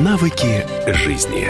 Навыки жизни.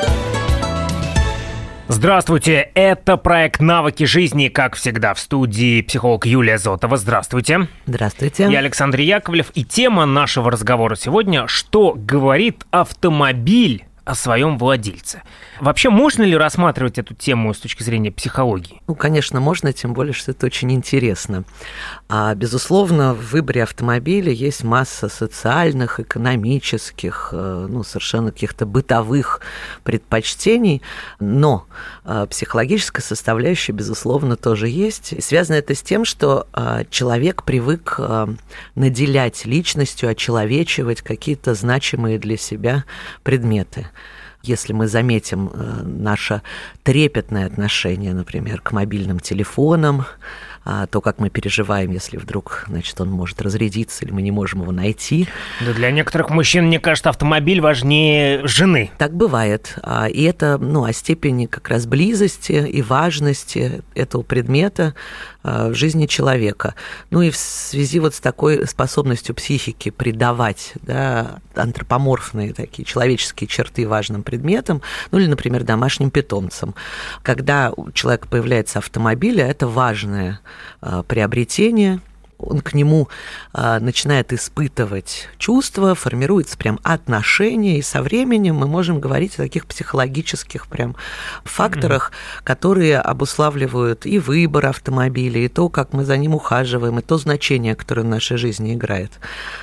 Здравствуйте, это проект «Навыки жизни», как всегда, в студии психолог Юлия Зотова. Здравствуйте. Здравствуйте. Я Александр Яковлев, и тема нашего разговора сегодня: что говорит автомобиль о своем владельце. Вообще, можно ли рассматривать эту тему с точки зрения психологии? Конечно, можно, тем более, что это очень интересно. Безусловно, в выборе автомобиля есть масса социальных, экономических, совершенно каких-то бытовых предпочтений, но психологическая составляющая, безусловно, тоже есть. И связано это с тем, что человек привык наделять личностью, очеловечивать какие-то значимые для себя предметы. Если мы заметим наше трепетное отношение, например, к мобильным телефонам, то, как мы переживаем, если вдруг, он может разрядиться, или мы не можем его найти. Да, для некоторых мужчин, мне кажется, автомобиль важнее жены. Так бывает. И это, о степени как раз близости и важности этого предмета в жизни человека. И в связи с такой способностью психики придавать, антропоморфные такие человеческие черты важным предметам, или, например, домашним питомцам. Когда у человека появляется автомобиль, это важное приобретение, он к нему начинает испытывать чувства, формируется прям отношения, и со временем мы можем говорить о таких психологических прям факторах, которые обуславливают и выбор автомобиля, и то, как мы за ним ухаживаем, и то значение, которое в нашей жизни играет.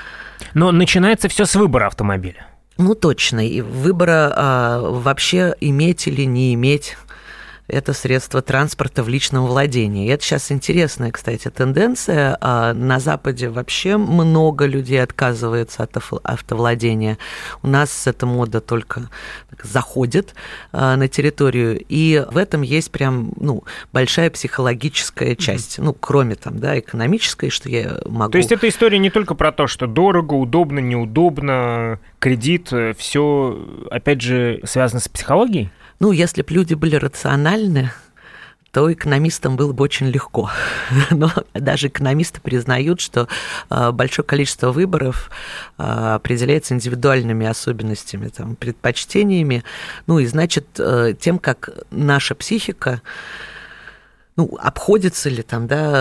Но начинается все с выбора автомобиля. Точно, и выбора вообще иметь или не иметь это средство транспорта в личном владении. И это сейчас интересная, кстати, тенденция. На Западе вообще много людей отказывается от автовладения. У нас эта мода только заходит на территорию, и в этом есть прям большая психологическая часть. Кроме экономической, что я могу... То есть эта история не только про то, что дорого, удобно, неудобно, кредит, все, опять же, связано с психологией? Если бы люди были рациональны, то экономистам было бы очень легко. Но даже экономисты признают, что большое количество выборов определяется индивидуальными особенностями, предпочтениями, и значит, тем, как наша психика обходится ли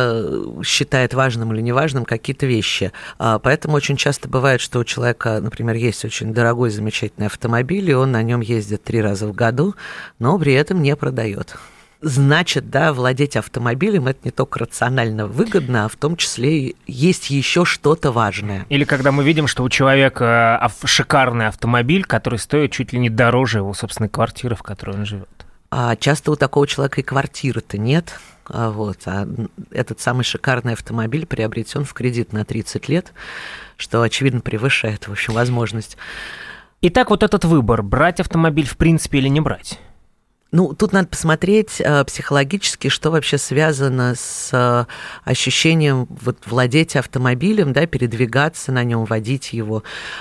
считает важным или неважным какие-то вещи. Поэтому очень часто бывает, что у человека, например, есть очень дорогой, замечательный автомобиль, и он на нем ездит 3 раза в году, но при этом не продает. Значит, владеть автомобилем – это не только рационально выгодно, а в том числе есть еще что-то важное. Или когда мы видим, что у человека шикарный автомобиль, который стоит чуть ли не дороже его собственной квартиры, в которой он живет. А часто у такого человека и квартиры-то нет. А этот самый шикарный автомобиль приобретен в кредит на 30 лет, что, очевидно, превышает, возможность. Итак, этот выбор – брать автомобиль в принципе или не брать? Тут надо посмотреть психологически, что вообще связано с ощущением владеть автомобилем, передвигаться на нем, водить его.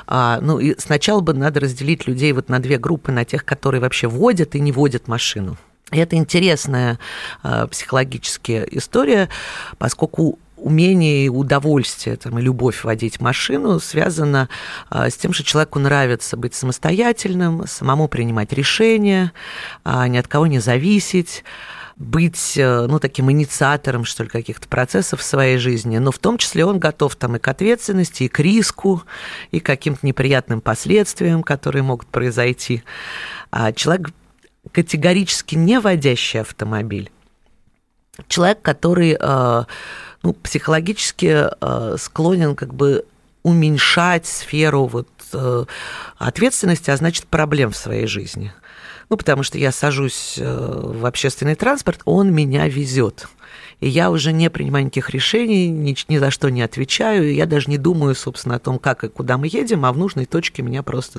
И сначала бы надо разделить людей на 2 группы, на тех, которые вообще водят и не водят машину. И это интересная психологическая история, поскольку умение и удовольствие, и любовь водить машину связано с тем, что человеку нравится быть самостоятельным, самому принимать решения, ни от кого не зависеть, быть, таким инициатором, что ли, каких-то процессов в своей жизни, но в том числе он готов и к ответственности, и к риску, и к каким-то неприятным последствиям, которые могут произойти. Человек, категорически не водящий автомобиль, человек, который психологически склонен уменьшать сферу ответственности, а значит, проблем в своей жизни. Потому что я сажусь в общественный транспорт, он меня везет. И я уже не принимаю никаких решений, ни за что не отвечаю, и я даже не думаю, собственно, о том, как и куда мы едем, а в нужной точке меня просто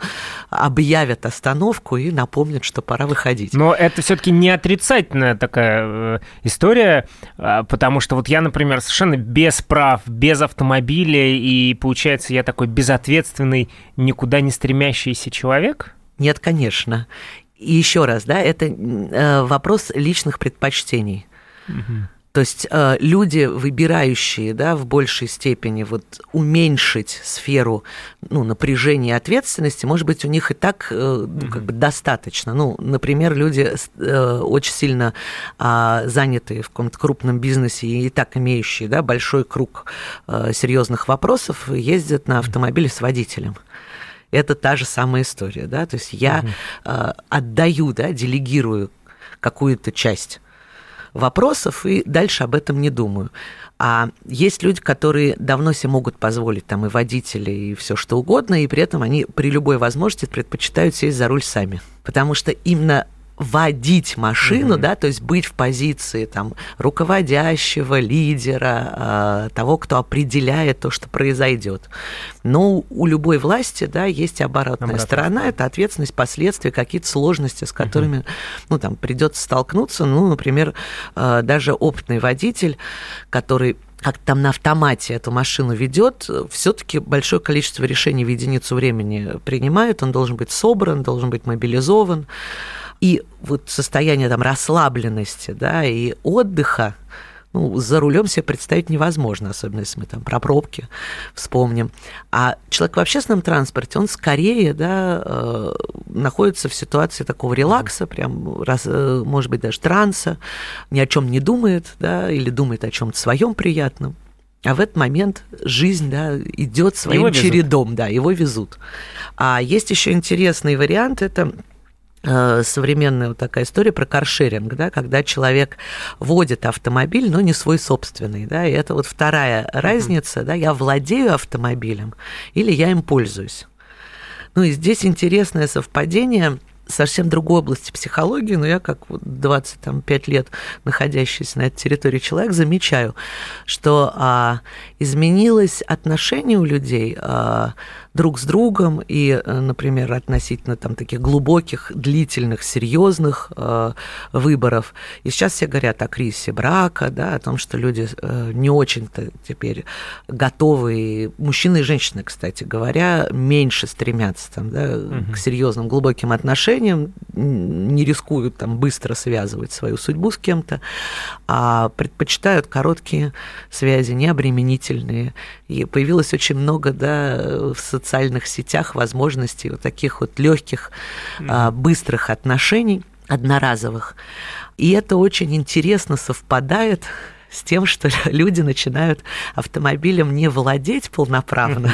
объявят остановку и напомнят, что пора выходить. Но это все-таки не отрицательная такая история, потому что я, например, совершенно без прав, без автомобиля, и, получается, я такой безответственный, никуда не стремящийся человек? Нет, конечно. И еще раз, это вопрос личных предпочтений. То есть люди, выбирающие, да, в большей степени вот уменьшить сферу, ну, напряжения и ответственности, может быть, у них и так как бы достаточно. Ну, например, люди очень сильно занятые в каком-то крупном бизнесе и так имеющие, да, большой круг серьезных вопросов, ездят на автомобиле с водителем. Это та же самая история, да, то есть я отдаю, да, делегирую какую-то часть вопросов и дальше об этом не думаю. А есть люди, которые давно себе могут позволить там и водители, и все что угодно, и при этом они при любой возможности предпочитают сесть за руль сами. Потому что именно водить машину, да, то есть быть в позиции там руководящего, лидера, того, кто определяет то, что произойдет. Но у любой власти, да, есть оборотная сторона, это ответственность, последствия, какие-то сложности, с которыми, ну, там, придется столкнуться. Ну, например, даже опытный водитель, который как там на автомате эту машину ведет, все-таки большое количество решений в единицу времени принимает, он должен быть собран, должен быть мобилизован. И вот состояние там расслабленности, да, и отдыха, ну, за рулем себе представить невозможно, особенно если мы там про пробки вспомним. А человек в общественном транспорте, он скорее, да, находится в ситуации такого релакса, прям, может быть, даже транса, ни о чем не думает, да, или думает о чем-то своем приятном. А в этот момент жизнь, да, идет своим чередом, да, его везут. А есть еще интересный вариант, это современная вот такая история про каршеринг, да, когда человек водит автомобиль, но не свой собственный, да, и это вот вторая разница, да, я владею автомобилем или я им пользуюсь. Ну и здесь интересное совпадение совсем другой области психологии, но я как 25 лет находящийся на этой территории человек замечаю, что изменилось отношение у людей друг с другом и, например, относительно там таких глубоких, длительных, серьезных выборов. И сейчас все говорят о кризисе брака, да, о том, что люди не очень-то теперь готовы, и мужчины и женщины, кстати говоря, меньше стремятся там, да, к серьезным, глубоким отношениям, не рискуют там быстро связывать свою судьбу с кем-то, а предпочитают короткие связи, необременительные. И появилось очень много, да, в социальных сетях возможностей вот таких вот легких, быстрых отношений, одноразовых. И это очень интересно совпадает с тем, что люди начинают автомобилем не владеть полноправно,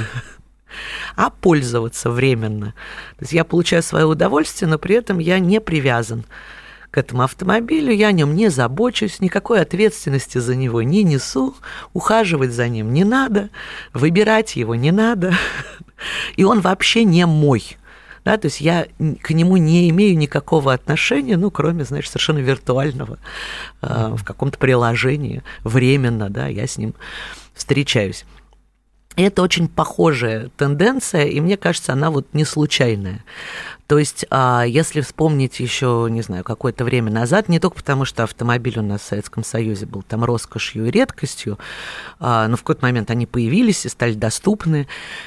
а пользоваться временно. То есть я получаю свое удовольствие, но при этом я не привязан к этому автомобилю, я о нем не забочусь, никакой ответственности за него не несу, ухаживать за ним не надо, выбирать его не надо, и он вообще не мой. Да, то есть я к нему не имею никакого отношения, ну, кроме, значит, совершенно виртуального, в каком-то приложении, временно, да, я с ним встречаюсь. И это очень похожая тенденция, и мне кажется, она вот не случайная. То есть, если вспомнить еще, не знаю, какое-то время назад, не только потому, что автомобиль у нас в Советском Союзе был там роскошью и редкостью, но в какой-то момент они появились и стали доступны.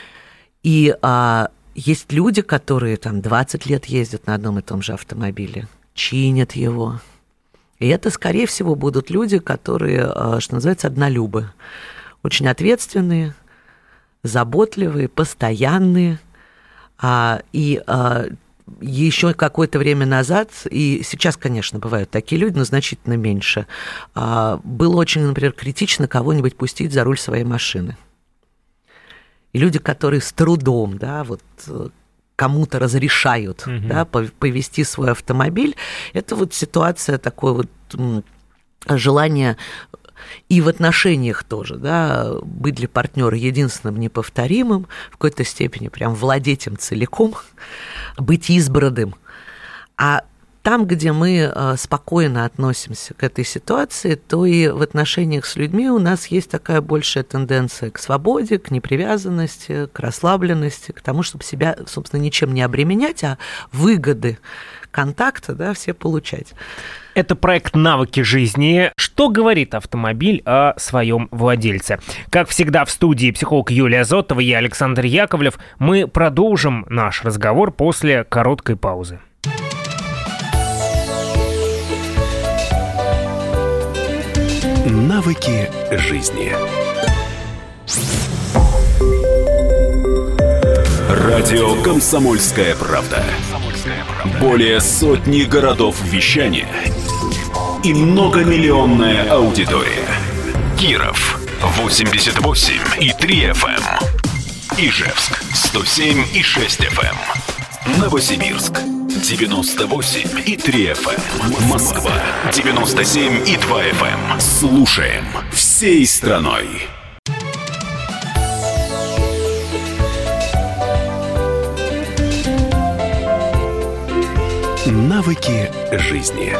И есть люди, которые там 20 лет ездят на одном и том же автомобиле, чинят его. И это, скорее всего, будут люди, которые, что называется, однолюбы, очень ответственные, заботливые, постоянные. И еще какое-то время назад, и сейчас, конечно, бывают такие люди, но значительно меньше, было очень, например, критично кого-нибудь пустить за руль своей машины. И люди, которые с трудом, да, вот кому-то разрешают, да, повести свой автомобиль, это вот ситуация такое вот желание и в отношениях тоже, да, быть для партнера единственным неповторимым, в какой-то степени прям владеть им целиком, быть избранным. А там, где мы спокойно относимся к этой ситуации, то и в отношениях с людьми у нас есть такая большая тенденция к свободе, к непривязанности, к расслабленности, к тому, чтобы себя, собственно, ничем не обременять, а выгоды контакта, да, все получать. Это проект «Навыки жизни». Что говорит автомобиль о своем владельце? Как всегда, в студии психолог Юлия Зотова, я Александр Яковлев. Мы продолжим наш разговор после короткой паузы. Навыки жизни. Радио «Комсомольская правда». Более сотни городов вещания и многомиллионная аудитория. Киров 88,3 FM. Ижевск 107,6 FM. Новосибирск 98,3 FM. Москва 97,2 FM. Слушаем всей страной. Навыки жизни.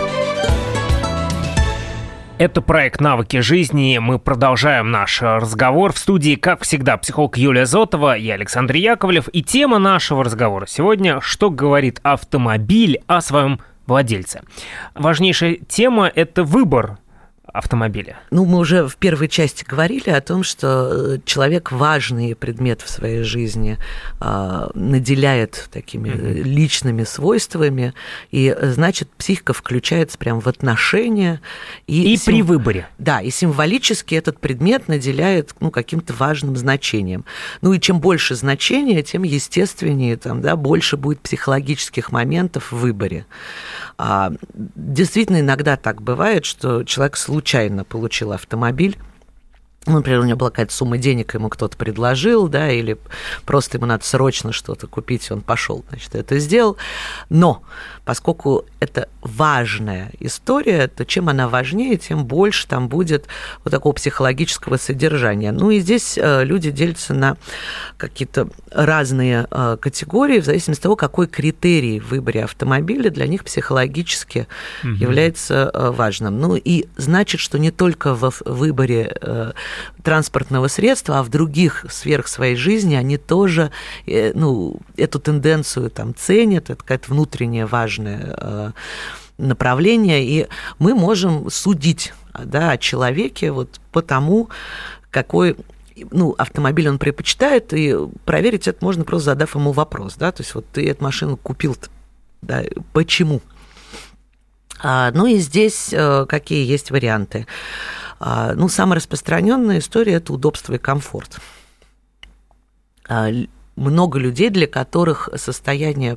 Это проект «Навыки жизни». Мы продолжаем наш разговор. В студии, как всегда, психолог Юлия Зотова, я Александр Яковлев. И тема нашего разговора сегодня: что говорит автомобиль о своем владельце. Важнейшая тема – это выбор автомобиля. Ну, мы уже в первой части говорили о том, что человек важный предмет в своей жизни наделяет такими личными свойствами, и, значит, психика включается прямо в отношения. И при выборе. Да, и символически этот предмет наделяет каким-то важным значением. Ну, и чем больше значения, тем естественнее, больше будет психологических моментов в выборе. Действительно, иногда так бывает, что человек случайно получил автомобиль. Например, у него была какая-то сумма денег, ему кто-то предложил, да, или просто ему надо срочно что-то купить, и он пошел, значит, это сделал. Но поскольку это важная история, то чем она важнее, тем больше там будет вот такого психологического содержания. Ну и здесь люди делятся на какие-то разные категории в зависимости от того, какой критерий в выборе автомобиля для них психологически является важным. Ну и значит, что не только в выборе транспортного средства, а в других сферах своей жизни они тоже эту тенденцию ценят, это какое-то внутреннее важное направление, и мы можем судить, о человеке по тому, какой автомобиль он предпочитает, и проверить это можно, просто задав ему вопрос, то есть ты эту машину купил-то, почему? Ну и здесь какие есть варианты? Самая распространенная история – это удобство и комфорт. Много людей, для которых состояние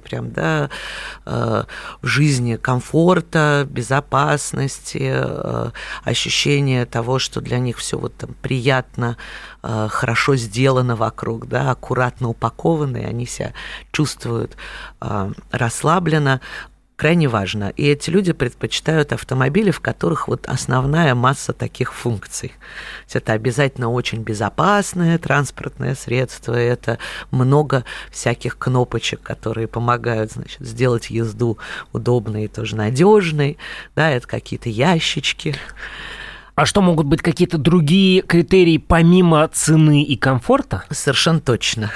в жизни комфорта, безопасности, ощущение того, что для них все приятно, хорошо сделано вокруг, аккуратно упаковано, и они себя чувствуют расслабленно, крайне важно. И эти люди предпочитают автомобили, в которых основная масса таких функций. Это обязательно очень безопасное транспортное средство, это много всяких кнопочек, которые помогают, сделать езду удобной и тоже надежной. Это какие-то ящички. А что, могут быть какие-то другие критерии помимо цены и комфорта? Совершенно точно.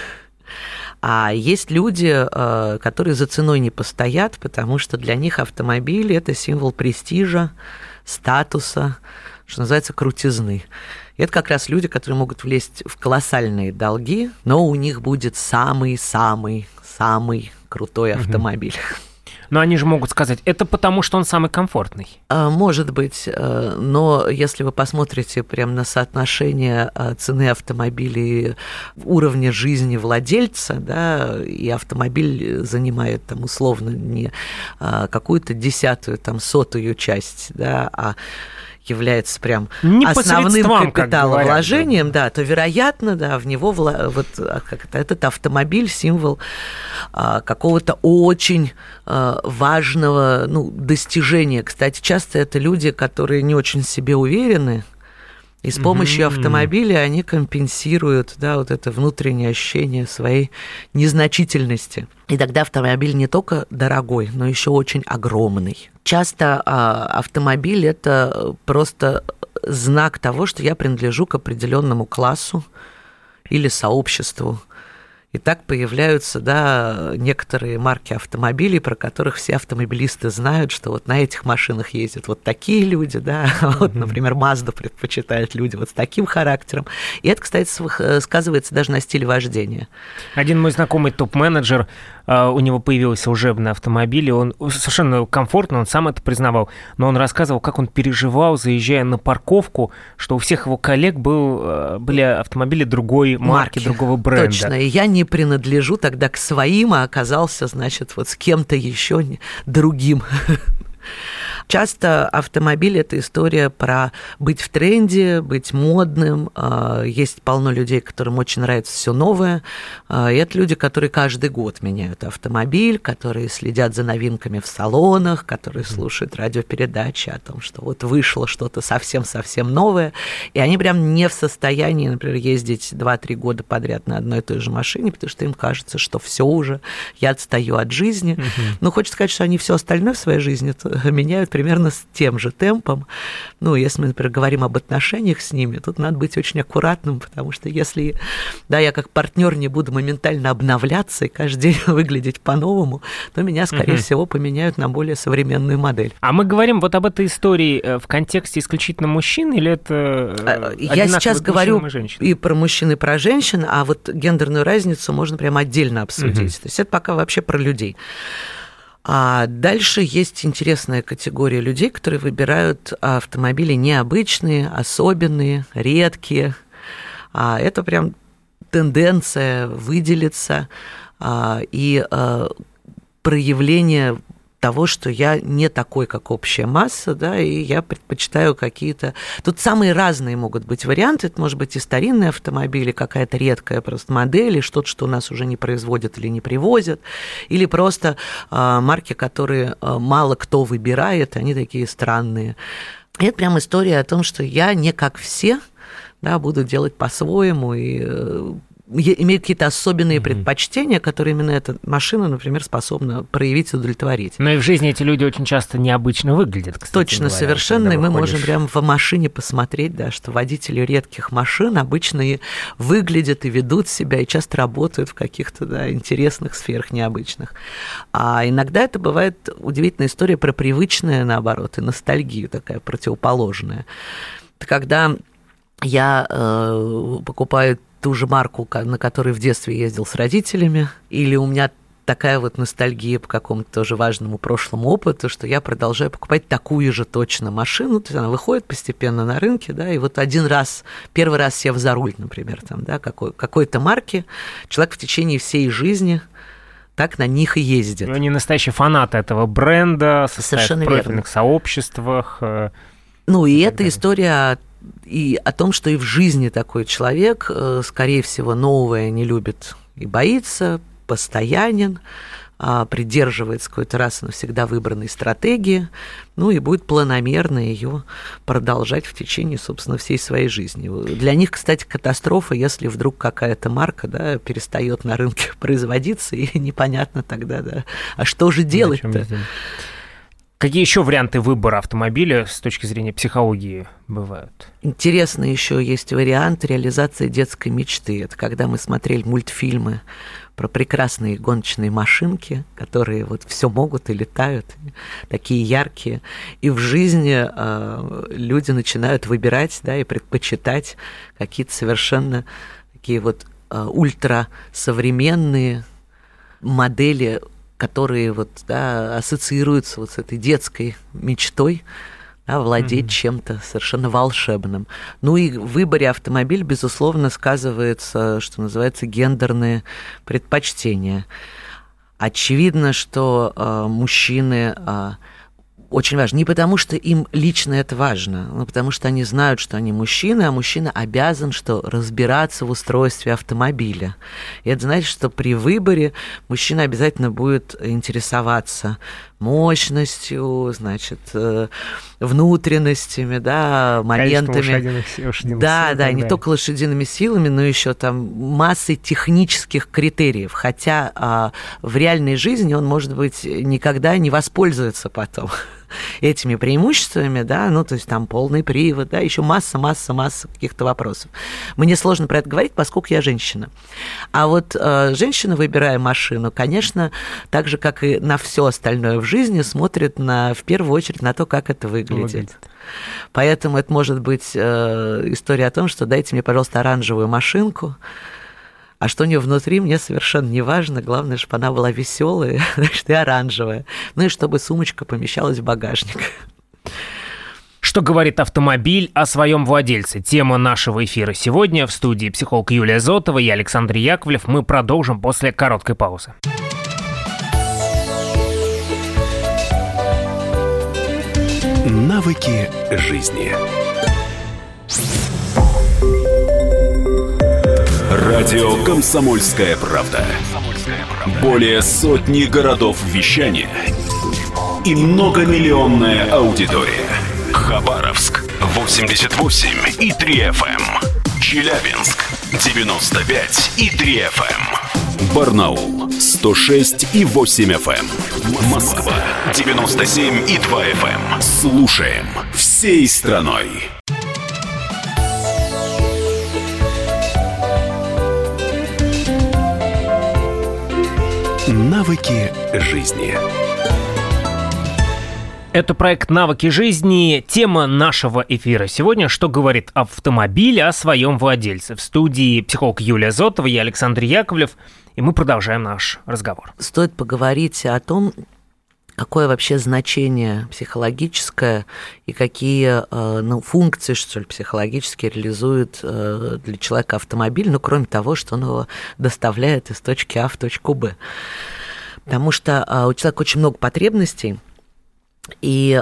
А есть люди, которые за ценой не постоят, потому что для них автомобиль – это символ престижа, статуса, что называется, крутизны. И это как раз люди, которые могут влезть в колоссальные долги, но у них будет самый-самый крутой автомобиль. Но они же могут сказать, это потому, что он самый комфортный. Может быть, но если вы посмотрите прямо на соотношение цены автомобиля и уровня жизни владельца, и автомобиль занимает условно не какую-то 10-ую, 100-ю часть, а является прям основным капиталовложением, то, вероятно, в него этот автомобиль символ какого-то очень важного достижения. Кстати, часто это люди, которые не очень в себе уверены, и с помощью автомобиля они компенсируют это внутреннее ощущение своей незначительности. И тогда автомобиль не только дорогой, но еще очень огромный. Часто автомобиль – это просто знак того, что я принадлежу к определенному классу или сообществу. И так появляются, некоторые марки автомобилей, про которых все автомобилисты знают, что на этих машинах ездят такие люди, например, Mazda предпочитают люди с таким характером. И это, кстати, сказывается даже на стиле вождения. Один мой знакомый топ-менеджер у него появился служебный автомобиль, и он совершенно комфортно, он сам это признавал, но он рассказывал, как он переживал, заезжая на парковку, что у всех его коллег были автомобили другой марки, другого бренда. Точно, и я не принадлежу тогда к своим, а оказался, значит, вот с кем-то еще другим. Часто автомобиль – это история про быть в тренде, быть модным. Есть полно людей, которым очень нравится все новое. И это люди, которые каждый год меняют автомобиль, которые следят за новинками в салонах, которые слушают радиопередачи о том, что вот вышло что-то совсем-совсем новое. И они прям не в состоянии, например, ездить 2-3 года подряд на одной и той же машине, потому что им кажется, что все уже, я отстаю от жизни. Но хочется сказать, что они все остальное в своей жизни меняют примерно с тем же темпом. Ну, если мы, например, говорим об отношениях с ними, тут надо быть очень аккуратным, потому что если я как партнер не буду моментально обновляться и каждый день выглядеть по-новому, то меня, скорее всего, поменяют на более современную модель. А мы говорим вот об этой истории в контексте исключительно мужчин, или это я сейчас говорю и про мужчин, и про женщин, а вот гендерную разницу можно прямо отдельно обсудить. То есть это пока вообще про людей. А дальше есть интересная категория людей, которые выбирают автомобили необычные, особенные, редкие. Это прям тенденция выделиться и проявление того, что я не такой, как общая масса, да, и я предпочитаю какие-то... Тут самые разные могут быть варианты. Это может быть и старинные автомобили, какая-то редкая просто модель, и что-то, что у нас уже не производят или не привозят, или просто марки, которые мало кто выбирает, они такие странные. И это прям история о том, что я не как все, да, буду делать по-своему и... имеют какие-то особенные предпочтения, которые именно эта машина, например, способна проявить и удовлетворить. Но и в жизни эти люди очень часто необычно выглядят, кстати. Точно, говоря, совершенно, и мы можем прямо в машине посмотреть, да, что водители редких машин обычно и выглядят, и ведут себя, и часто работают в каких-то, да, интересных сферах необычных. А иногда это бывает удивительная история про привычное, наоборот, и ностальгию такая противоположная. Это когда я покупаю ту же марку, на которой в детстве ездил с родителями, или у меня такая вот ностальгия по какому-то тоже важному прошлому опыту, что я продолжаю покупать такую же точно машину, то есть она выходит постепенно на рынке, да, и вот первый раз сев за руль, например, там, да, какой-то марки, человек в течение всей жизни так на них и ездит. Они настоящие фанаты этого бренда, состоят в профильных сообществах. Ну, и эта история и о том, что и в жизни такой человек, скорее всего, новое не любит и боится, постоянен, придерживается какой-то раз и навсегда выбранной стратегии, ну и будет планомерно ее продолжать в течение, собственно, всей своей жизни. Для них, кстати, катастрофа, если вдруг какая-то марка, да, перестает на рынке производиться, и непонятно тогда, да, а что же делать-то? Какие еще варианты выбора автомобиля с точки зрения психологии бывают? Интересно, еще есть вариант реализации детской мечты. Это когда мы смотрели мультфильмы про прекрасные гоночные машинки, которые вот все могут и летают, такие яркие. И в жизни люди начинают выбирать, да, и предпочитать какие-то совершенно такие вот ультрасовременные модели, которые вот, да, ассоциируются вот с этой детской мечтой, да, владеть чем-то совершенно волшебным. Ну и в выборе автомобиля, безусловно, сказывается, что называется, гендерные предпочтения. Очевидно, что мужчины очень важно. Не потому, что им лично это важно, но потому что они знают, что они мужчины, а мужчина обязан разбираться в устройстве автомобиля. И это значит, что при выборе мужчина обязательно будет интересоваться мощностью, значит, внутренностями, да, моментами. Да, не только лошадиными силами, но еще там массой технических критериев. Хотя в реальной жизни он, может быть, никогда не воспользуется потом этими преимуществами, да, ну, то есть там полный привод, да, еще масса каких-то вопросов. Мне сложно про это говорить, поскольку я женщина. А вот женщина, выбирая машину, конечно, так же, как и на все остальное в жизни, смотрит в первую очередь на то, как это выглядит. Поэтому это может быть история о том, что дайте мне, пожалуйста, оранжевую машинку, А что у нее внутри, мне совершенно не важно. Главное, чтобы она была веселая, значит, и оранжевая. Ну и чтобы сумочка помещалась в багажник. Что говорит автомобиль о своем владельце? Тема нашего эфира сегодня. В студии психолог Юлия Зотова и Александр Яковлев. Мы продолжим после короткой паузы. Навыки жизни. Радио «Комсомольская правда». Более сотни городов вещания и многомиллионная аудитория. Хабаровск 88,3 FM. Челябинск 95,3 FM. Барнаул 106,8 FM. Москва 97,2 FM. Слушаем всей страной. Навыки жизни. Это проект «Навыки жизни». Тема нашего эфира сегодня: что говорит автомобиль о своем владельце. В студии психолог Юлия Зотова, я Александр Яковлев, и мы продолжаем наш разговор. Стоит поговорить о том, какое вообще значение психологическое и какие функции, что ли, психологически реализует для человека автомобиль, кроме того, что он его доставляет из точки А в точку Б. Потому что у человека очень много потребностей, и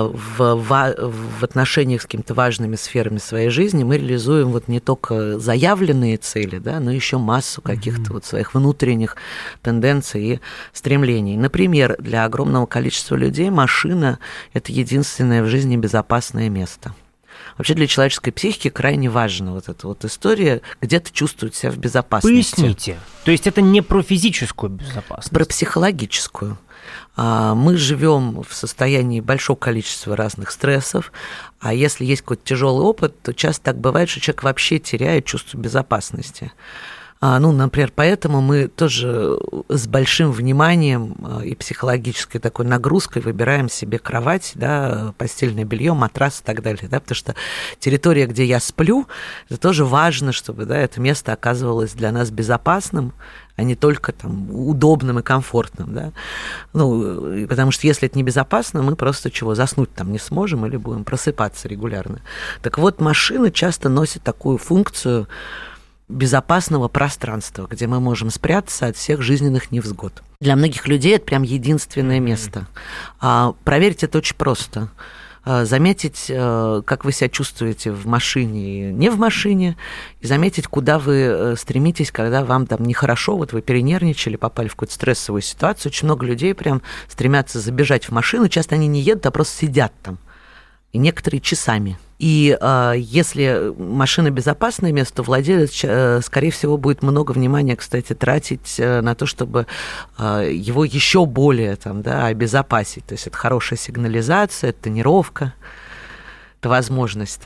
в отношениях с какими-то важными сферами своей жизни мы реализуем не только заявленные цели, да, но еще массу каких-то своих внутренних тенденций и стремлений. Например, для огромного количества людей машина – это единственное в жизни безопасное место. Вообще для человеческой психики крайне важна эта история, где-то чувствовать себя в безопасности. Поясните. То есть это не про физическую безопасность? Про психологическую. Мы живем в состоянии большого количества разных стрессов, а если есть какой-то тяжелый опыт, то часто так бывает, что человек вообще теряет чувство безопасности. Например, поэтому мы тоже с большим вниманием и психологической такой нагрузкой выбираем себе кровать, да, постельное белье, матрас и так далее, да, потому что территория, где я сплю, это тоже важно, чтобы, да, это место оказывалось для нас безопасным, а не только удобным и комфортным, да. Потому что если это небезопасно, мы просто заснуть не сможем или будем просыпаться регулярно. Так вот, машина часто носит такую функцию безопасного пространства, где мы можем спрятаться от всех жизненных невзгод. Для многих людей это прям единственное место. Проверить это очень просто. Заметить, как вы себя чувствуете в машине и не в машине, и заметить, куда вы стремитесь, когда вам нехорошо, вы перенервничали, попали в какую-то стрессовую ситуацию. Очень много людей прям стремятся забежать в машину, часто они не едут, а просто сидят там, и некоторые часами. И если машина безопасное место, то владелец, скорее всего, будет много внимания, кстати, тратить на то, чтобы его еще более обезопасить. То есть это хорошая сигнализация, это тонировка, это возможность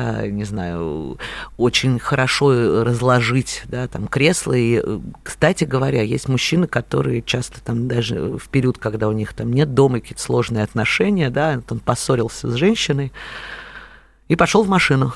очень хорошо разложить кресло. И, кстати говоря, есть мужчины, которые часто даже в период, когда у них нет дома, какие-то сложные отношения, да, он поссорился с женщиной, и пошел в машину.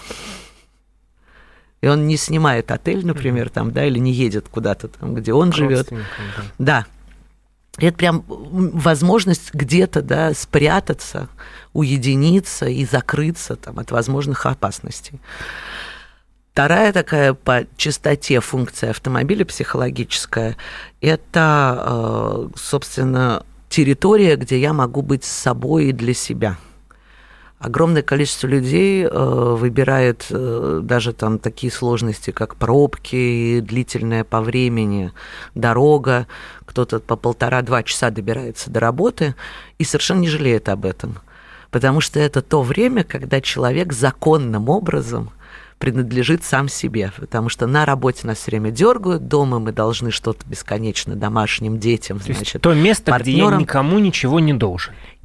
И он не снимает отель, например, или не едет куда-то где он живет. Да. И это прям возможность где-то, спрятаться, уединиться и закрыться от возможных опасностей. Вторая такая по частоте функция автомобиля психологическая – это, собственно, территория, где я могу быть с собой и для себя. Огромное количество людей выбирает даже такие сложности, как пробки, длительная по времени дорога. Кто-то по 1,5-2 часа добирается до работы и совершенно не жалеет об этом. Потому что это то время, когда человек законным образом принадлежит сам себе, потому что на работе нас все время дергают, дома мы должны что-то бесконечно домашним детям, то место, партнерам, где я никому ничего не должен.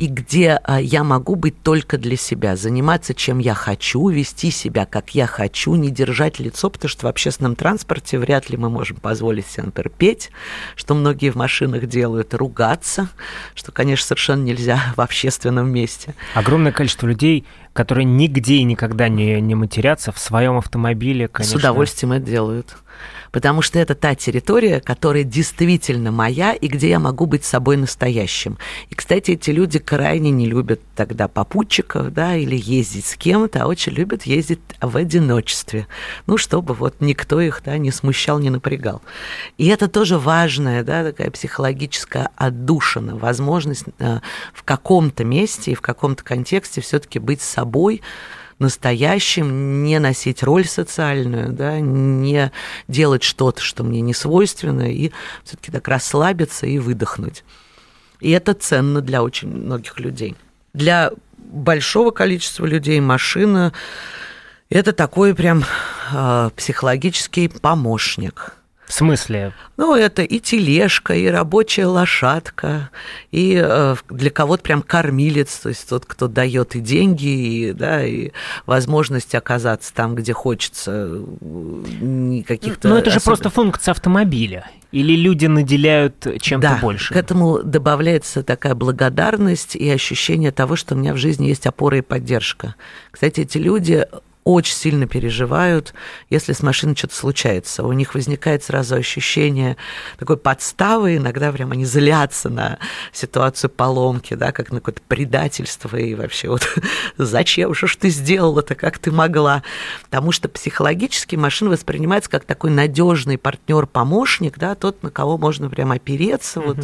и где я могу быть только для себя, заниматься чем я хочу, вести себя как я хочу, не держать лицо, потому что в общественном транспорте вряд ли мы можем позволить себе, например, петь, что многие в машинах делают, ругаться, что, конечно, совершенно нельзя в общественном месте. Огромное количество людей, которые нигде и никогда не матерятся в своем автомобиле, конечно. С удовольствием это делают. Потому что это та территория, которая действительно моя, и где я могу быть собой настоящим. И, кстати, эти люди крайне не любят тогда попутчиков, да, или ездить с кем-то, а очень любят ездить в одиночестве. Ну, чтобы вот никто их, да, не смущал, не напрягал. И это тоже важная, да, такая психологическая отдушина, возможность в каком-то месте и в каком-то контексте все-таки быть собой, настоящим, не носить роль социальную, да, не делать что-то, что мне не свойственно, и все-таки так расслабиться и выдохнуть. И это ценно для очень многих людей. Для большого количества людей машина – это такой прям психологический помощник. В смысле? Ну, это и тележка, и рабочая лошадка, и для кого-то прям кормилец, то есть тот, кто дает и деньги, и, да, и возможность оказаться там, где хочется, каких-то... Но это же просто функция автомобиля. Или люди наделяют чем-то большим? Да, к этому добавляется такая благодарность и ощущение того, что у меня в жизни есть опора и поддержка. Кстати, эти люди очень сильно переживают, если с машиной что-то случается. У них возникает сразу ощущение такой подставы, иногда прям они злятся на ситуацию поломки, да, как на какое-то предательство, и вообще вот зачем же ты сделала-то, как ты могла? Потому что психологически машина воспринимается как такой надежный партнер-помощник, да, тот, на кого можно прям опереться, вот,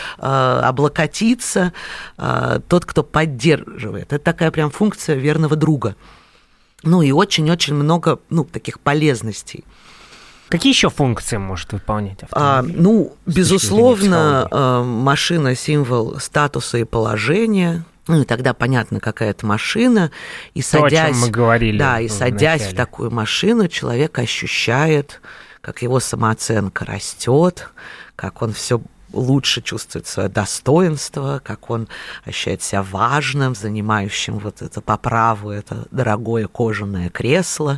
облокотиться, тот, кто поддерживает. Это такая прям функция верного друга. Ну и очень-очень много, таких полезностей. Какие еще функции может выполнять автомобиль? Безусловно, машина – символ статуса и положения. Ну и тогда понятно, какая это машина. И садясь, о чем мы говорили. Да, и садясь в такую машину, человек ощущает, как его самооценка растет, как он все лучше чувствует свое достоинство, как он ощущает себя важным, занимающим вот это по праву, это дорогое кожаное кресло.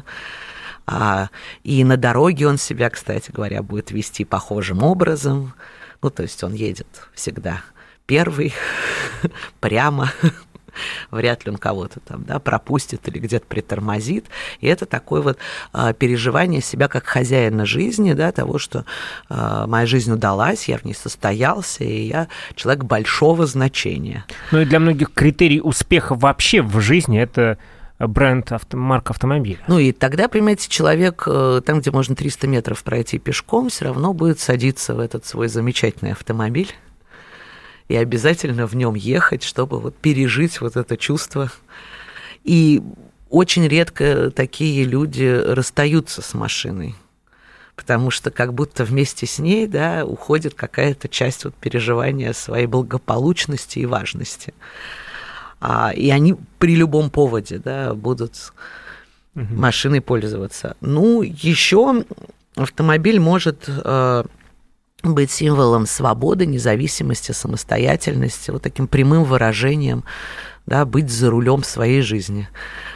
И на дороге он себя, кстати говоря, будет вести похожим образом. Ну, то есть он едет всегда первый, прямо. Вряд ли он кого-то там, да, пропустит или где-то притормозит. И это такое вот переживание себя как хозяина жизни, да, того, что моя жизнь удалась, я в ней состоялся, и я человек большого значения. Ну и для многих критерий успеха вообще в жизни – это бренд, марка автомобиля. Ну и тогда, понимаете, человек, там, где можно 300 метров пройти пешком, все равно будет садиться в этот свой замечательный автомобиль и обязательно в нем ехать, чтобы вот пережить вот это чувство. И очень редко такие люди расстаются с машиной, потому что как будто вместе с ней, да, уходит какая-то часть вот переживания своей благополучности и важности. И они при любом поводе, да, будут машиной пользоваться. Ну, еще автомобиль может быть символом свободы, независимости, самостоятельности, вот таким прямым выражением, да, быть за рулем своей жизни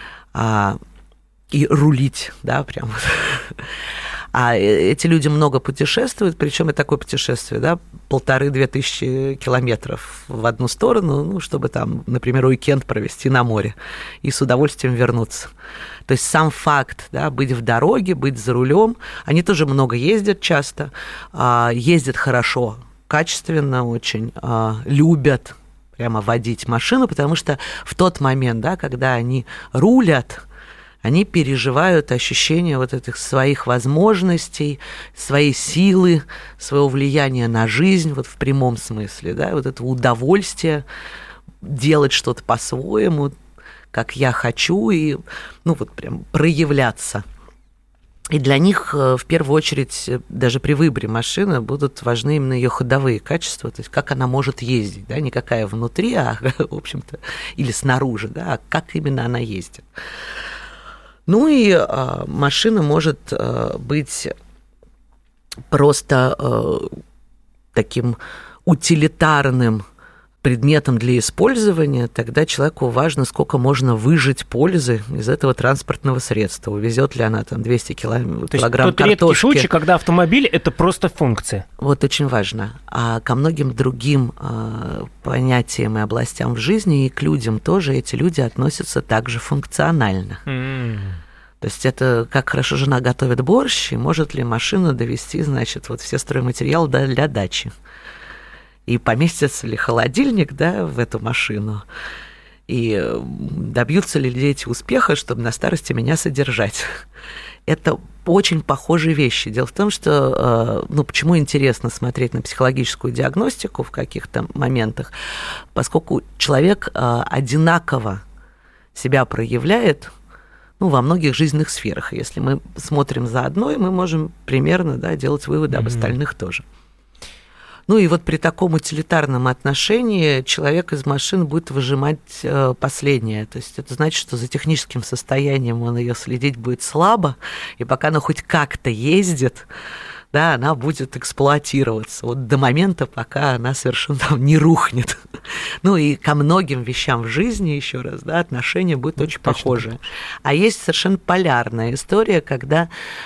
и рулить, да, прям. А эти люди много путешествуют, причем и такое путешествие, да, 1500-2000 километров в одну сторону, ну, чтобы там, например, уикенд провести на море и с удовольствием вернуться. То есть сам факт, да, быть в дороге, быть за рулем, они тоже много ездят часто, ездят хорошо, качественно очень, любят прямо водить машину, потому что в тот момент, да, когда они рулят, они переживают ощущение вот этих своих возможностей, своей силы, своего влияния на жизнь, вот в прямом смысле, да, вот этого удовольствия делать что-то по-своему, как я хочу, и, ну, вот прям проявляться. И для них, в первую очередь, даже при выборе машины будут важны именно ее ходовые качества, то есть как она может ездить, да, не какая внутри, а, в общем-то, или снаружи, да, а как именно она ездит. Ну и машина может быть просто таким утилитарным предметом для использования, тогда человеку важно, сколько можно выжать пользы из этого транспортного средства. Увезет ли она там 200 килограмм картошки. То редкий случай, когда автомобиль – это просто функция. Вот очень важно. А ко многим другим понятиям и областям в жизни, и к людям тоже, эти люди относятся также функционально. То есть это как хорошо жена готовит борщ, и может ли машина довести, значит, вот все стройматериалы для дачи. И поместится ли холодильник, да, в эту машину, и добьются ли дети успеха, чтобы на старости меня содержать. Это очень похожие вещи. Дело в том, что, почему интересно смотреть на психологическую диагностику в каких-то моментах, поскольку человек одинаково себя проявляет, во многих жизненных сферах. Если мы смотрим за одной, мы можем примерно, да, делать выводы об остальных тоже. И вот при таком утилитарном отношении человек из машины будет выжимать последнее. То есть это значит, что за техническим состоянием он ее следить будет слабо, и пока она хоть как-то ездит, да, она будет эксплуатироваться вот до момента, пока она совершенно не рухнет. И ко многим вещам в жизни, еще раз, да, отношения будут очень похожи. А есть совершенно полярная история, когда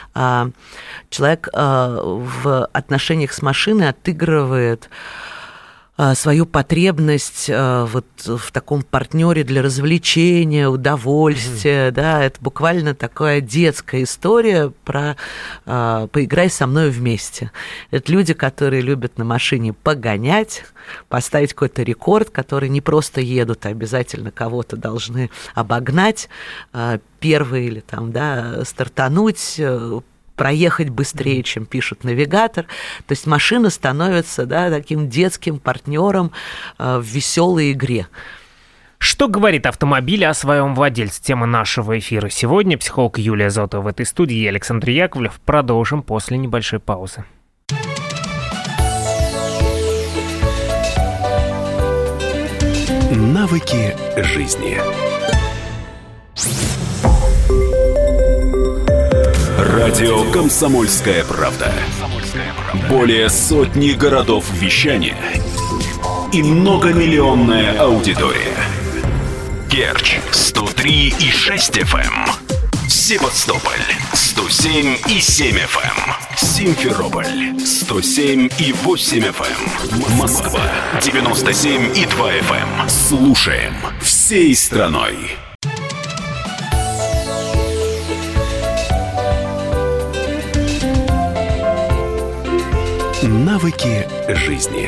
человек в отношениях с машиной отыгрывает свою потребность вот в таком партнере для развлечения, удовольствия, да, это буквально такая детская история про «поиграй со мной вместе». Это люди, которые любят на машине погонять, поставить какой-то рекорд, которые не просто едут, а обязательно кого-то должны обогнать, первый или там, да, стартануть, проехать быстрее, чем пишет навигатор. То есть машина становится, да, таким детским партнером в веселой игре. Что говорит автомобиль о своем владельце? Тема нашего эфира сегодня. Психолог Юлия Зотова в этой студии, я Александр Яковлев. Продолжим после небольшой паузы. Навыки жизни. Радио «Комсомольская правда». Более сотни городов вещания и многомиллионная аудитория. Керчь 103,6 FM, Севастополь 107,7 FM, Симферополь 107,8 FM, Москва 97,2 FM. Слушаем всей страной. Навыки жизни.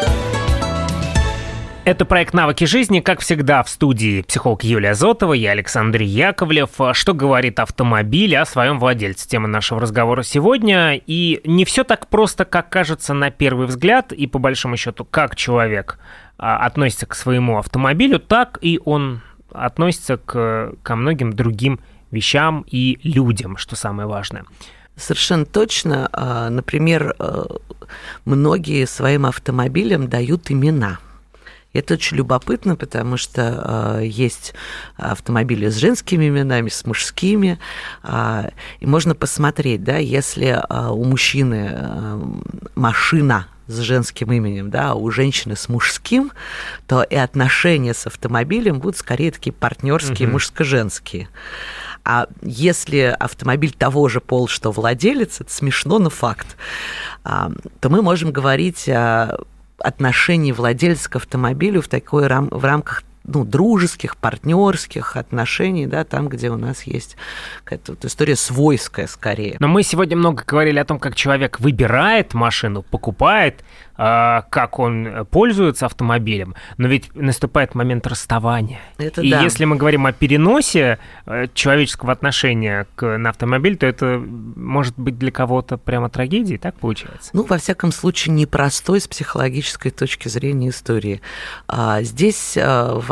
Это проект «Навыки жизни». Как всегда, в студии психолог Юлия Зотова, я Александр Яковлев. Что говорит автомобиль о своем владельце? Тема нашего разговора сегодня. И не все так просто, как кажется на первый взгляд. И по большому счету, как человек относится к своему автомобилю, так и он относится ко многим другим вещам и людям, что самое важное. Совершенно точно. Например, многие своим автомобилям дают имена. Это очень любопытно, потому что есть автомобили с женскими именами, с мужскими. И можно посмотреть, да, если у мужчины машина с женским именем, да, а у женщины с мужским, то и отношения с автомобилем будут скорее такие партнерские, мужско-женские. А если автомобиль того же пола, что владелец, это смешно, но факт, то мы можем говорить о отношении владельца к автомобилю в рамках дружеских, партнерских отношений, да, там, где у нас есть какая-то вот история свойская скорее. Но мы сегодня много говорили о том, как человек выбирает машину, покупает, как он пользуется автомобилем, но ведь наступает момент расставания. Это и да. Если мы говорим о переносе человеческого отношения на автомобиль, то это может быть для кого-то прямо трагедией, так получается? Во всяком случае, непростой с психологической точки зрения истории. Здесь важно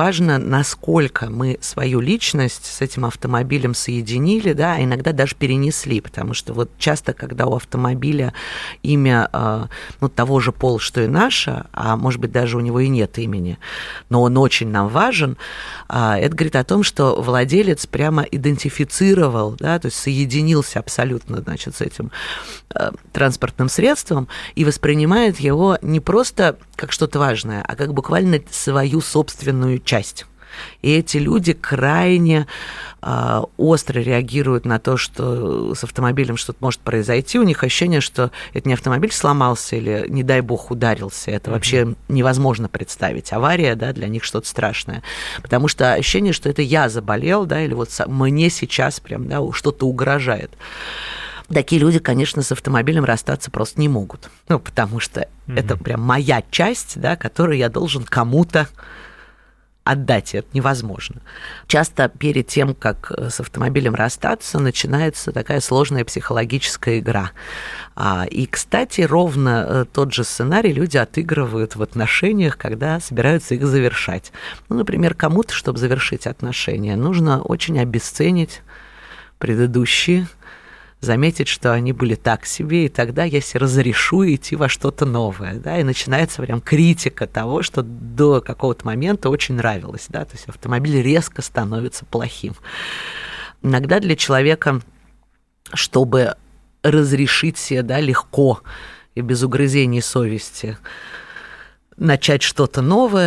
важно, насколько мы свою личность с этим автомобилем соединили, да, а иногда даже перенесли, потому что вот часто, когда у автомобиля имя того же пола, что и наше, а может быть, даже у него и нет имени, но он очень нам важен, это говорит о том, что владелец прямо идентифицировал, да, то есть соединился абсолютно, значит, с этим транспортным средством и воспринимает его не просто как что-то важное, а как буквально свою собственную часть. И эти люди крайне остро реагируют на то, что с автомобилем что-то может произойти. У них ощущение, что это не автомобиль сломался или, не дай бог, ударился. Это вообще невозможно представить. Авария, да, для них что-то страшное. Потому что ощущение, что это я заболел, да, или вот мне сейчас прям, да, что-то угрожает. Такие люди, конечно, с автомобилем расстаться просто не могут. Ну, потому что это прям моя часть, да, которую я должен кому-то отдать. Это невозможно. Часто перед тем, как с автомобилем расстаться, начинается такая сложная психологическая игра. И, кстати, ровно тот же сценарий люди отыгрывают в отношениях, когда собираются их завершать. Ну, например, кому-то, чтобы завершить отношения, нужно очень обесценить предыдущие, заметить, что они были так себе, и тогда я себе разрешу идти во что-то новое, да, и начинается прям критика того, что до какого-то момента очень нравилось, да, то есть автомобиль резко становится плохим. Иногда для человека, чтобы разрешить себе, да, легко и без угрызений совести начать что-то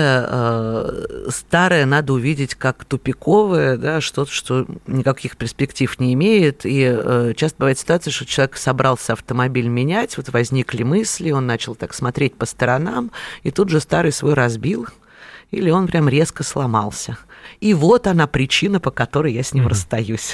новое, старое надо увидеть как тупиковое, да, что-то, что никаких перспектив не имеет. И часто бывает ситуация, что человек собрался автомобиль менять, вот возникли мысли, он начал так смотреть по сторонам, и тут же старый свой разбил, или он прям резко сломался. И вот она причина, по которой я с ним расстаюсь.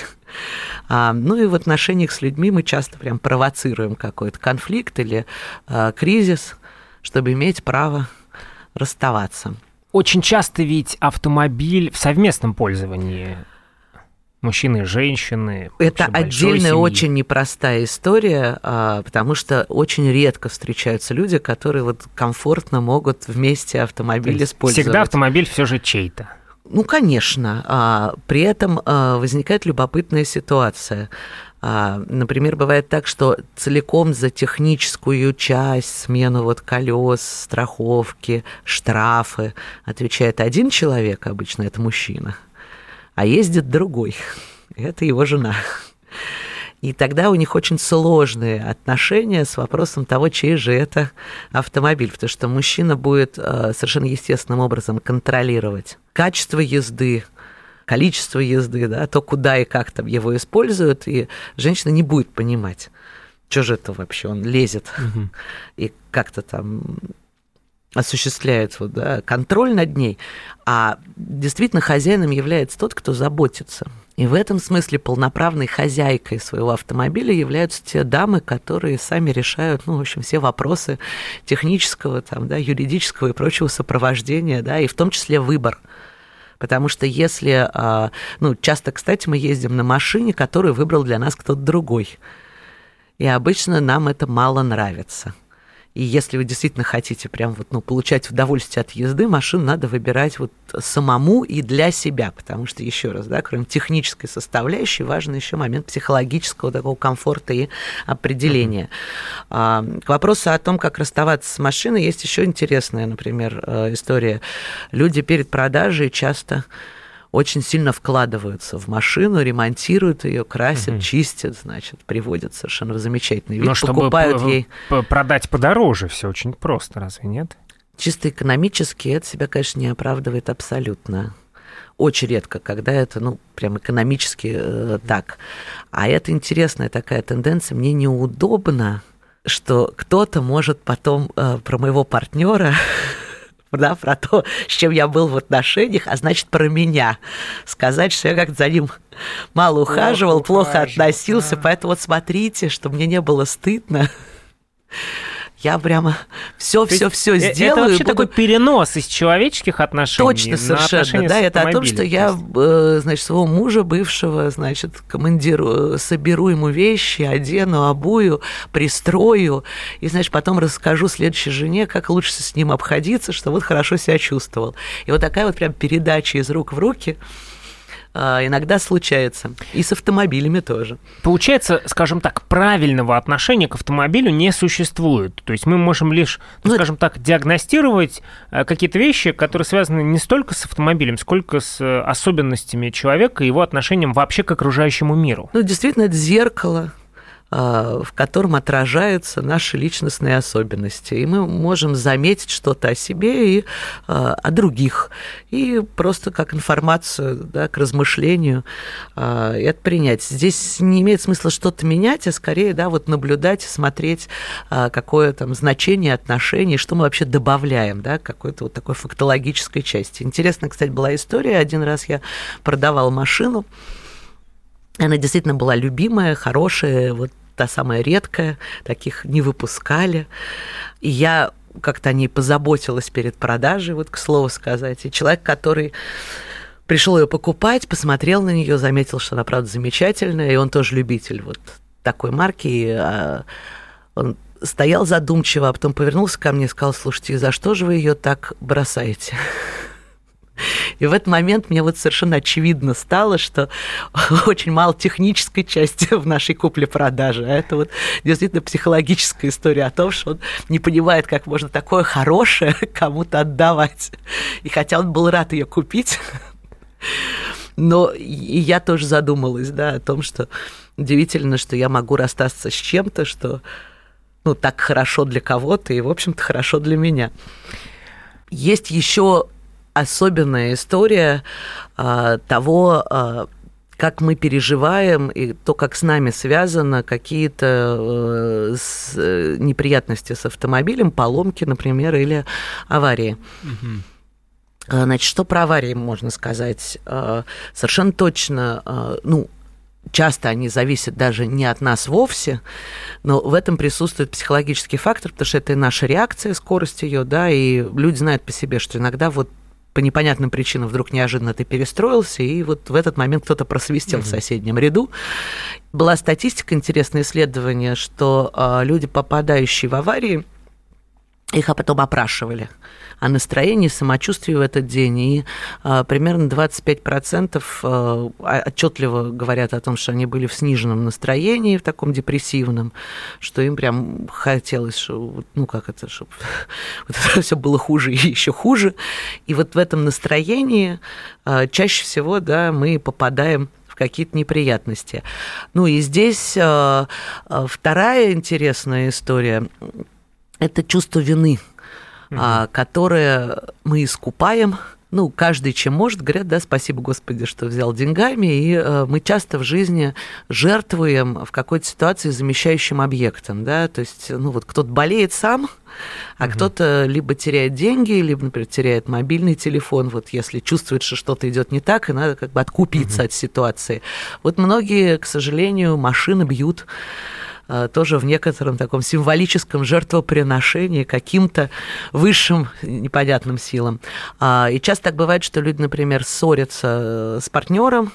Ну и в отношениях с людьми мы часто прям провоцируем какой-то конфликт или кризис, чтобы иметь право расставаться. Очень часто ведь автомобиль в совместном пользовании. Мужчины и женщины. Это отдельная, семьи. Очень непростая история, потому что очень редко встречаются люди, которые вот комфортно могут вместе автомобиль использовать. Всегда автомобиль все же чей-то. Ну, конечно. При этом возникает любопытная ситуация. Например, бывает так, что целиком за техническую часть, смену вот колес, страховки, штрафы отвечает один человек, обычно это мужчина, а ездит другой, это его жена. И тогда у них очень сложные отношения с вопросом того, чей же это автомобиль, потому что мужчина будет совершенно естественным образом контролировать качество езды, количество езды, да, то, куда и как там его используют, и женщина не будет понимать, что же это вообще, он лезет и как-то там осуществляет вот, да, контроль над ней, а действительно хозяином является тот, кто заботится. И в этом смысле полноправной хозяйкой своего автомобиля являются те дамы, которые сами решают, ну, в общем, все вопросы технического, там, да, юридического и прочего сопровождения, да, и в том числе выбор. Потому что если, ну, часто, кстати, мы ездим на машине, которую выбрал для нас кто-то другой. И обычно нам это мало нравится. И если вы действительно хотите прям вот, ну, получать удовольствие от езды, машину надо выбирать вот самому и для себя, потому что, еще раз, да, кроме технической составляющей, важен еще момент психологического такого комфорта и определения. К вопросу о том, как расставаться с машиной, есть еще интересная, например, история. Люди перед продажей часто очень сильно вкладываются в машину, ремонтируют ее, красят, чистят, значит, приводят совершенно в замечательный вид. Но чтобы покупают ей... продать подороже, все очень просто, разве нет? Чисто экономически это себя, конечно, не оправдывает абсолютно. Очень редко, когда это, ну, прям экономически так. А это интересная такая тенденция. Мне неудобно, что кто-то может потом про моего партнера... Да, про то, с чем я был в отношениях, а значит, про меня. Сказать, что я как-то за ним мало ухаживал, плохо относился, поэтому вот смотрите, чтобы мне не было стыдно. я прямо все сделаю. Это вообще такой перенос из человеческих отношений. Точно, совершенно, да, это о том, что я, значит, своего мужа бывшего, значит, командирую, соберу ему вещи, одену, обую, пристрою, и, значит, потом расскажу следующей жене, как лучше с ним обходиться, чтобы он хорошо себя чувствовал. И вот такая вот прям передача из рук в руки иногда случается. И с автомобилями тоже. Получается, скажем так, правильного отношения к автомобилю не существует. То есть мы можем лишь, скажем так, диагностировать какие-то вещи, которые связаны не столько с автомобилем, сколько с особенностями человека и его отношением вообще к окружающему миру. Ну, действительно, это зеркало, в котором отражаются наши личностные особенности. И мы можем заметить что-то о себе и о других. И просто как информацию, да, к размышлению это принять. Здесь не имеет смысла что-то менять, а скорее, да, вот наблюдать, смотреть, какое там значение отношений, что мы вообще добавляем, да, какой-то вот такой фактологической части. Интересная, кстати, была история. Один раз я продавала машину. Она действительно была любимая, хорошая, вот та самая редкая, таких не выпускали. И я как-то о ней позаботилась перед продажей, вот к слову сказать. И человек, который пришел ее покупать, посмотрел на нее, заметил, что она, правда, замечательная, и он тоже любитель вот такой марки. И он стоял задумчиво, а потом повернулся ко мне и сказал: слушайте, за что же вы ее так бросаете? И в этот момент мне вот совершенно очевидно стало, что очень мало технической части в нашей купле-продаже. А это вот действительно психологическая история о том, что он не понимает, как можно такое хорошее кому-то отдавать. И хотя он был рад ее купить, но и я тоже задумалась, да, о том, что удивительно, что я могу расстаться с чем-то, что ну, так хорошо для кого-то и, в общем-то, хорошо для меня. Есть еще особенная история того, как мы переживаем, и то, как с нами связано какие-то неприятности с автомобилем, поломки, например, или аварии. Значит, что про аварии можно сказать? Совершенно точно, ну, часто они зависят даже не от нас вовсе, но в этом присутствует психологический фактор, потому что это и наша реакция, скорость ее, да, и люди знают по себе, что иногда вот по непонятным причинам вдруг неожиданно ты перестроился, и вот в этот момент кто-то просвистел в соседнем ряду. Была статистика, интересное исследование, что люди, попадающие в аварии, их потом опрашивали о настроении, самочувствии в этот день, и примерно 25% отчетливо говорят о том, что они были в сниженном настроении, в таком депрессивном, что им прям хотелось, что, ну как это, чтобы вот это все было хуже и еще хуже. И вот в этом настроении чаще всего, да, мы попадаем в какие-то неприятности. Ну и здесь вторая интересная история – это чувство вины, которое мы искупаем. Ну, каждый чем может, говорят, да, спасибо, Господи, что взял деньгами, и мы часто в жизни жертвуем в какой-то ситуации замещающим объектом, да, то есть, ну, вот кто-то болеет сам, а кто-то либо теряет деньги, либо, например, теряет мобильный телефон, вот если чувствует, что что-то идет не так, и надо как бы откупиться от ситуации. Вот многие, к сожалению, машины бьют, тоже в некотором таком символическом жертвоприношении каким-то высшим непонятным силам. И часто так бывает, что люди, например, ссорятся с партнером.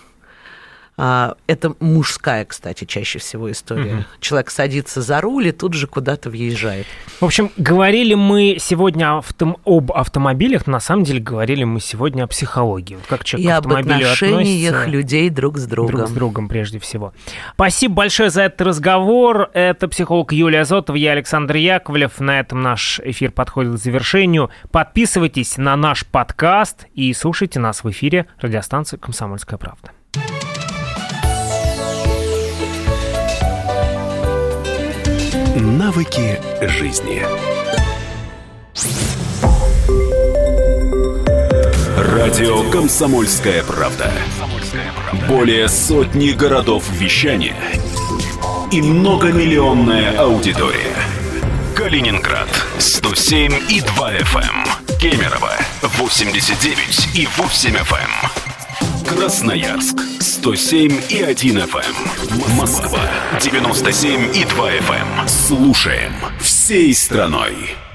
Это мужская, кстати, чаще всего история. Человек садится за руль и тут же куда-то въезжает. В общем, говорили мы сегодня об автомобилях, но на самом деле говорили мы сегодня о психологии. Вот как человек и к автомобилю об отношениях людей друг с другом. Друг с другом, прежде всего. Спасибо большое за этот разговор. Это психолог Юлия Зотова, я Александр Яковлев. На этом наш эфир подходит к завершению. Подписывайтесь на наш подкаст и слушайте нас в эфире радиостанции «Комсомольская правда». Навыки жизни. Радио «Комсомольская правда». Более сотни городов вещания и многомиллионная аудитория. Калининград 107,2 FM, Кемерово 89,8 FM, Красноярск 107,1 FM, Москва 97,2 FM. Слушаем все. всей страной.